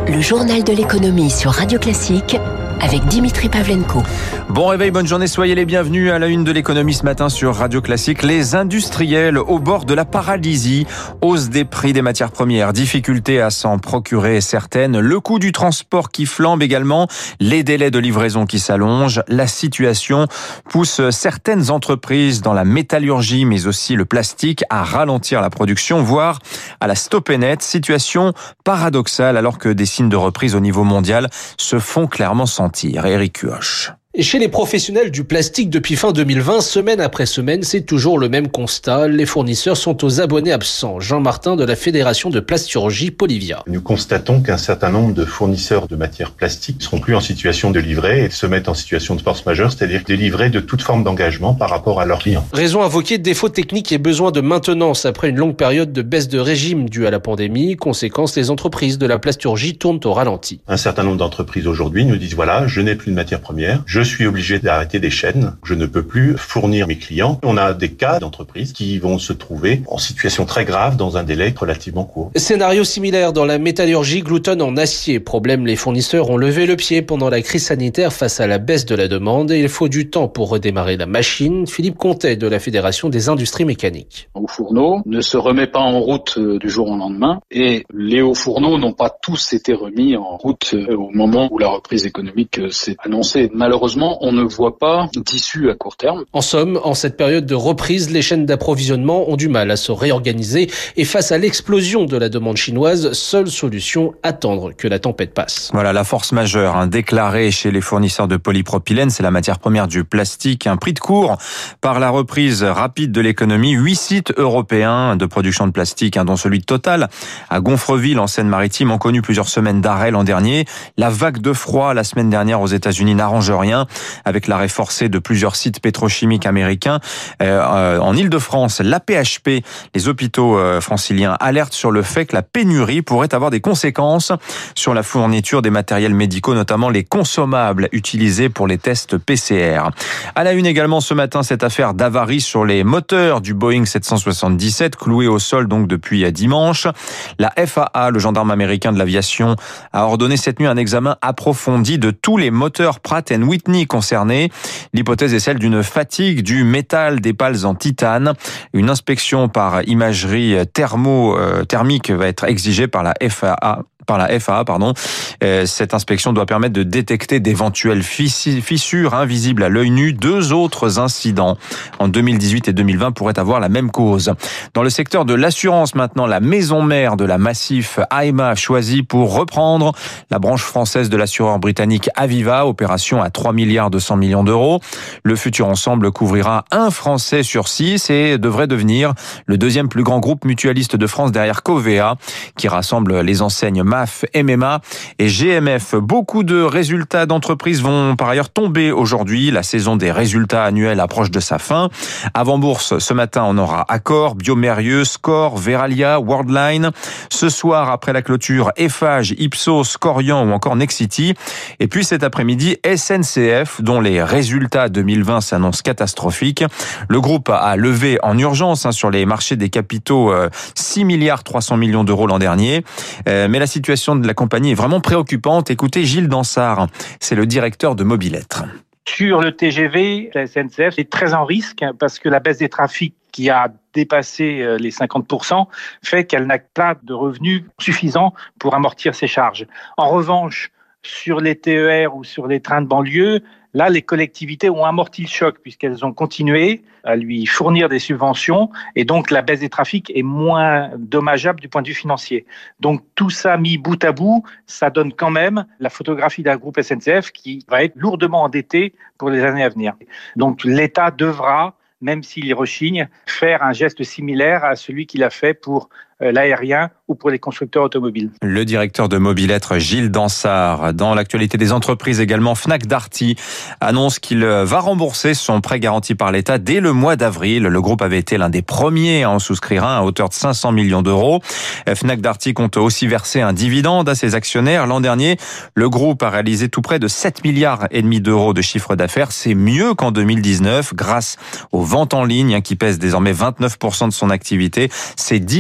Le journal de l'économie sur Radio Classique avec Dimitri Pavlenko. Bon réveil, bonne journée, soyez les bienvenus à la une de l'économie ce matin sur Radio Classique. Les industriels au bord de la paralysie, hausse des prix des matières premières, difficulté à s'en procurer certaines, le coût du transport qui flambe également, les délais de livraison qui s'allongent. La situation pousse certaines entreprises dans la métallurgie mais aussi le plastique à ralentir la production, voire à la stopper net. Situation paradoxale alors que des signes de reprise au niveau mondial se font clairement sentir. Éric Huoche. Et chez les professionnels du plastique depuis fin 2020, semaine après semaine, c'est toujours le même constat. Les fournisseurs sont aux abonnés absents. Jean Martin de la Fédération de plasturgie Polivia. Nous constatons qu'un certain nombre de fournisseurs de matières plastiques ne seront plus en situation de livrer et se mettent en situation de force majeure, c'est-à-dire de livrer de toute forme d'engagement par rapport à leurs clients. Raison invoquée, défaut technique et besoin de maintenance après une longue période de baisse de régime due à la pandémie. Conséquence, les entreprises de la plasturgie tournent au ralenti. Un certain nombre d'entreprises aujourd'hui nous disent voilà, je n'ai plus de matières premières, je suis obligé d'arrêter des chaînes, je ne peux plus fournir mes clients. On a des cas d'entreprises qui vont se trouver en situation très grave dans un délai relativement court. Scénario similaire dans la métallurgie, gloutonne en acier. Problème, les fournisseurs ont levé le pied pendant la crise sanitaire face à la baisse de la demande et il faut du temps pour redémarrer la machine. Philippe Contet de la Fédération des industries mécaniques. Hauts fourneaux ne se remet pas en route du jour au lendemain et les hauts fourneaux n'ont pas tous été remis en route au moment où la reprise économique s'est annoncée. Malheureusement, on ne voit pas d'issue à court terme. En somme, en cette période de reprise, les chaînes d'approvisionnement ont du mal à se réorganiser et face à l'explosion de la demande chinoise, seule solution, attendre que la tempête passe. Voilà la force majeure déclarée chez les fournisseurs de polypropylène, c'est la matière première du plastique. Un prix de court par la reprise rapide de l'économie. 8 sites européens de production de plastique, dont celui de Total à Gonfreville en Seine-Maritime, ont connu plusieurs semaines d'arrêt l'an dernier. La vague de froid la semaine dernière aux États-Unis n'arrange rien, avec l'arrêt forcé de plusieurs sites pétrochimiques américains. En Île-de-France, l'AP-HP, les hôpitaux franciliens alertent sur le fait que la pénurie pourrait avoir des conséquences sur la fourniture des matériels médicaux, notamment les consommables utilisés pour les tests PCR. À la une également ce matin, cette affaire d'avarie sur les moteurs du Boeing 777, cloué au sol donc depuis dimanche. La FAA, le gendarme américain de l'aviation, a ordonné cette nuit un examen approfondi de tous les moteurs Pratt & Whitney concernés. L'hypothèse est celle d'une fatigue du métal des pales en titane. Une inspection par imagerie thermique va être exigée par la FAA. Cette inspection doit permettre de détecter d'éventuelles fissures invisibles à l'œil nu. 2 autres incidents en 2018 et 2020 pourraient avoir la même cause. Dans le secteur de l'assurance maintenant, la maison mère de la Massif AEMA a choisi pour reprendre la branche française de l'assureur britannique Aviva, opération à 3,2 milliards d'euros. Le futur ensemble couvrira un Français sur 6 et devrait devenir le deuxième plus grand groupe mutualiste de France derrière Covéa, qui rassemble les enseignes MAF, MMA et GMF. Beaucoup de résultats d'entreprises vont par ailleurs tomber aujourd'hui. La saison des résultats annuels approche de sa fin. Avant bourse, ce matin, on aura Accor, Biomérieux, Score, Veralia, Worldline. Ce soir, après la clôture, Eiffage, Ipsos, Corian ou encore Nexity. Et puis cet après-midi, SNCF, dont les résultats 2020 s'annoncent catastrophiques. Le groupe a levé en urgence sur les marchés des capitaux 6,3 milliards d'euros l'an dernier. Mais la situation de la compagnie est vraiment préoccupante. Écoutez Gilles Dansard, c'est le directeur de Mobilettre. Sur le TGV, la SNCF est très en risque parce que la baisse des trafics qui a dépassé les 50% fait qu'elle n'a pas de revenus suffisants pour amortir ses charges. En revanche, sur les TER ou sur les trains de banlieue, là, les collectivités ont amorti le choc puisqu'elles ont continué à lui fournir des subventions et donc la baisse des trafics est moins dommageable du point de vue financier. Donc tout ça mis bout à bout, ça donne quand même la photographie d'un groupe SNCF qui va être lourdement endetté pour les années à venir. Donc l'État devra, même s'il rechigne, faire un geste similaire à celui qu'il a fait pour l'aérien ou pour les constructeurs automobiles. Le directeur de Mobilettre, Gilles Dansard. Dans l'actualité des entreprises également, Fnac Darty annonce qu'il va rembourser son prêt garanti par l'État dès le mois d'avril. Le groupe avait été l'un des premiers à en souscrire un à hauteur de 500 millions d'euros. Fnac Darty compte aussi verser un dividende à ses actionnaires. L'an dernier, le groupe a réalisé tout près de 7,5 milliards d'euros de chiffre d'affaires. C'est mieux qu'en 2019 grâce aux ventes en ligne qui pèsent désormais 29% de son activité. C'est 10 points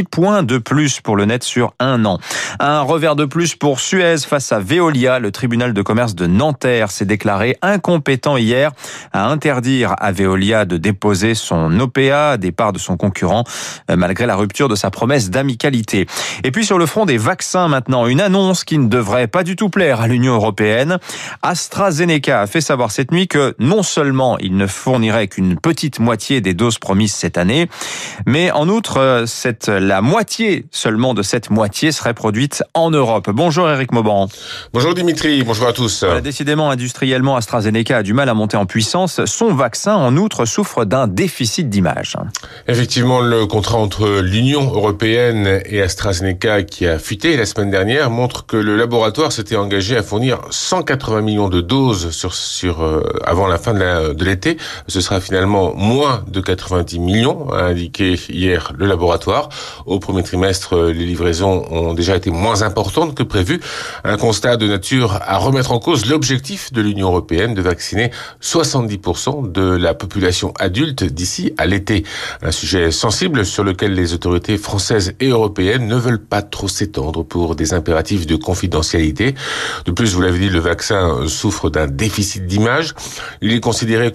de plus pour le net sur un an. Un revers de plus pour Suez face à Veolia. Le tribunal de commerce de Nanterre s'est déclaré incompétent hier à interdire à Veolia de déposer son OPA des parts de son concurrent malgré la rupture de sa promesse d'amicalité. Et puis sur le front des vaccins maintenant, une annonce qui ne devrait pas du tout plaire à l'Union européenne. AstraZeneca a fait savoir cette nuit que non seulement il ne fournirait qu'une petite moitié des doses promises cette année, mais en outre, la moitié seulement de cette moitié serait produite en Europe. Bonjour Éric Mauban. Bonjour Dimitri, bonjour à tous. Voilà, décidément, industriellement, AstraZeneca a du mal à monter en puissance. Son vaccin, en outre, souffre d'un déficit d'image. Effectivement, le contrat entre l'Union européenne et AstraZeneca qui a fuité la semaine dernière montre que le laboratoire s'était engagé à fournir 180 millions de doses avant la fin de l'été. Ce sera finalement moins de 90 millions, a indiqué hier le laboratoire. Au premier trimestre, les livraisons ont déjà été moins importantes que prévu. Un constat de nature à remettre en cause l'objectif de l'Union européenne de vacciner 70% de la population adulte d'ici à l'été. Un sujet sensible sur lequel les autorités françaises et européennes ne veulent pas trop s'étendre pour des impératifs de confidentialité. De plus, vous l'avez dit, le vaccin souffre d'un déficit d'image. Il est considéré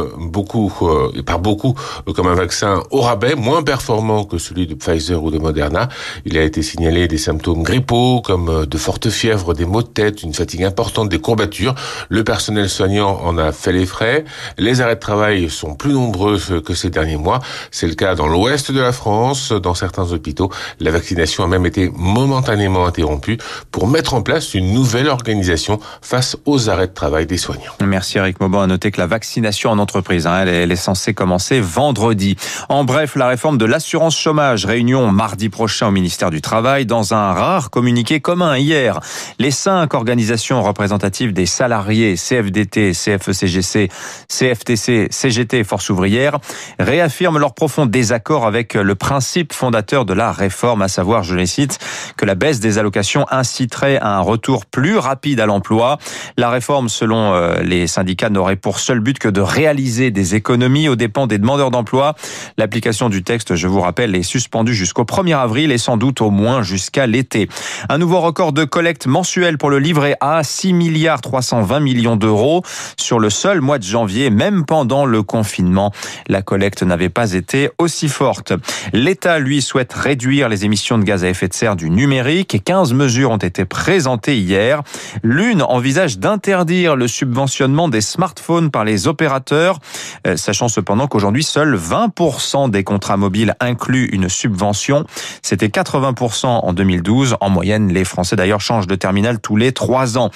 par beaucoup comme un vaccin au rabais, moins performant que celui de Pfizer ou de Moderna. Il a été signalé des symptômes grippaux comme de fortes fièvres, des maux de tête, une fatigue importante, des courbatures. Le personnel soignant en a fait les frais. Les arrêts de travail sont plus nombreux que ces derniers mois. C'est le cas dans l'ouest de la France. Dans certains hôpitaux, la vaccination a même été momentanément interrompue pour mettre en place une nouvelle organisation face aux arrêts de travail des soignants. Merci Éric Mauban. À noter que la vaccination en entreprise, elle est censée commencer vendredi. En bref, la réforme de l'assurance chômage, réunion mardi prochain au ministère du Travail. Dans un rare communiqué commun hier, les 5 organisations représentatives des salariés, CFDT, CFE-CGC, CFTC, CGT et Force ouvrière, réaffirment leur profond désaccord avec le principe fondateur de la réforme, à savoir, je les cite, que la baisse des allocations inciterait à un retour plus rapide à l'emploi. La réforme, selon les syndicats, n'aurait pour seul but que de réaliser des économies aux dépens des demandeurs d'emploi. L'application du texte, je vous rappelle, est suspendue jusqu'au 1er avril et sans doute au moins jusqu'à l'été. Un nouveau record de collecte mensuelle pour le livret A, 6,320 milliards d'euros sur le seul mois de janvier, même pendant le confinement. La collecte n'avait pas été aussi forte. L'État, lui, souhaite réduire les émissions de gaz à effet de serre du numérique. 15 mesures ont été présentées hier. L'une envisage d'interdire le subventionnement des smartphones par les opérateurs, sachant cependant qu'aujourd'hui, seuls 20% des contrats mobiles incluent une subvention. C'était 80% en 2012. En moyenne, les Français d'ailleurs changent de terminal tous les 3 ans.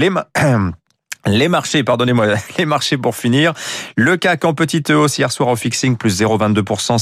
Les marchés pour finir. Le CAC en petite hausse hier soir au fixing, plus 0,22%,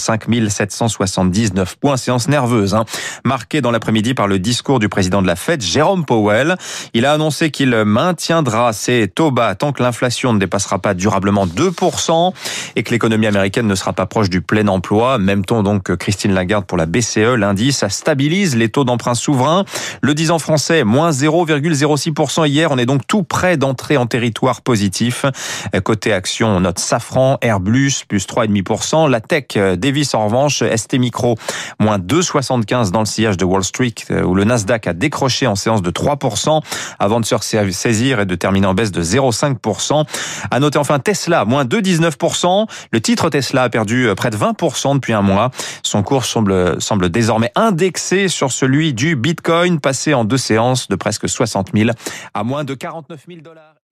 5779 points. Séance nerveuse, marquée dans l'après-midi par le discours du président de la Fed, Jérôme Powell. Il a annoncé qu'il maintiendra ses taux bas tant que l'inflation ne dépassera pas durablement 2% et que l'économie américaine ne sera pas proche du plein emploi. Même ton donc que Christine Lagarde pour la BCE lundi. Ça stabilise les taux d'emprunt souverain. Le 10 ans français, moins 0,06% hier. On est donc tout près d'entrer en territoire positif. Côté action, on note Safran, Airbus, plus 3,5%. La tech, Davis en revanche, ST Micro, moins 2,75 dans le sillage de Wall Street, où le Nasdaq a décroché en séance de 3%, avant de se ressaisir et de terminer en baisse de 0,5%. À noter enfin Tesla, moins 2,19%. Le titre Tesla a perdu près de 20% depuis un mois. Son cours semble désormais indexé sur celui du Bitcoin, passé en 2 séances de presque 60 000 à moins de 49 000 $.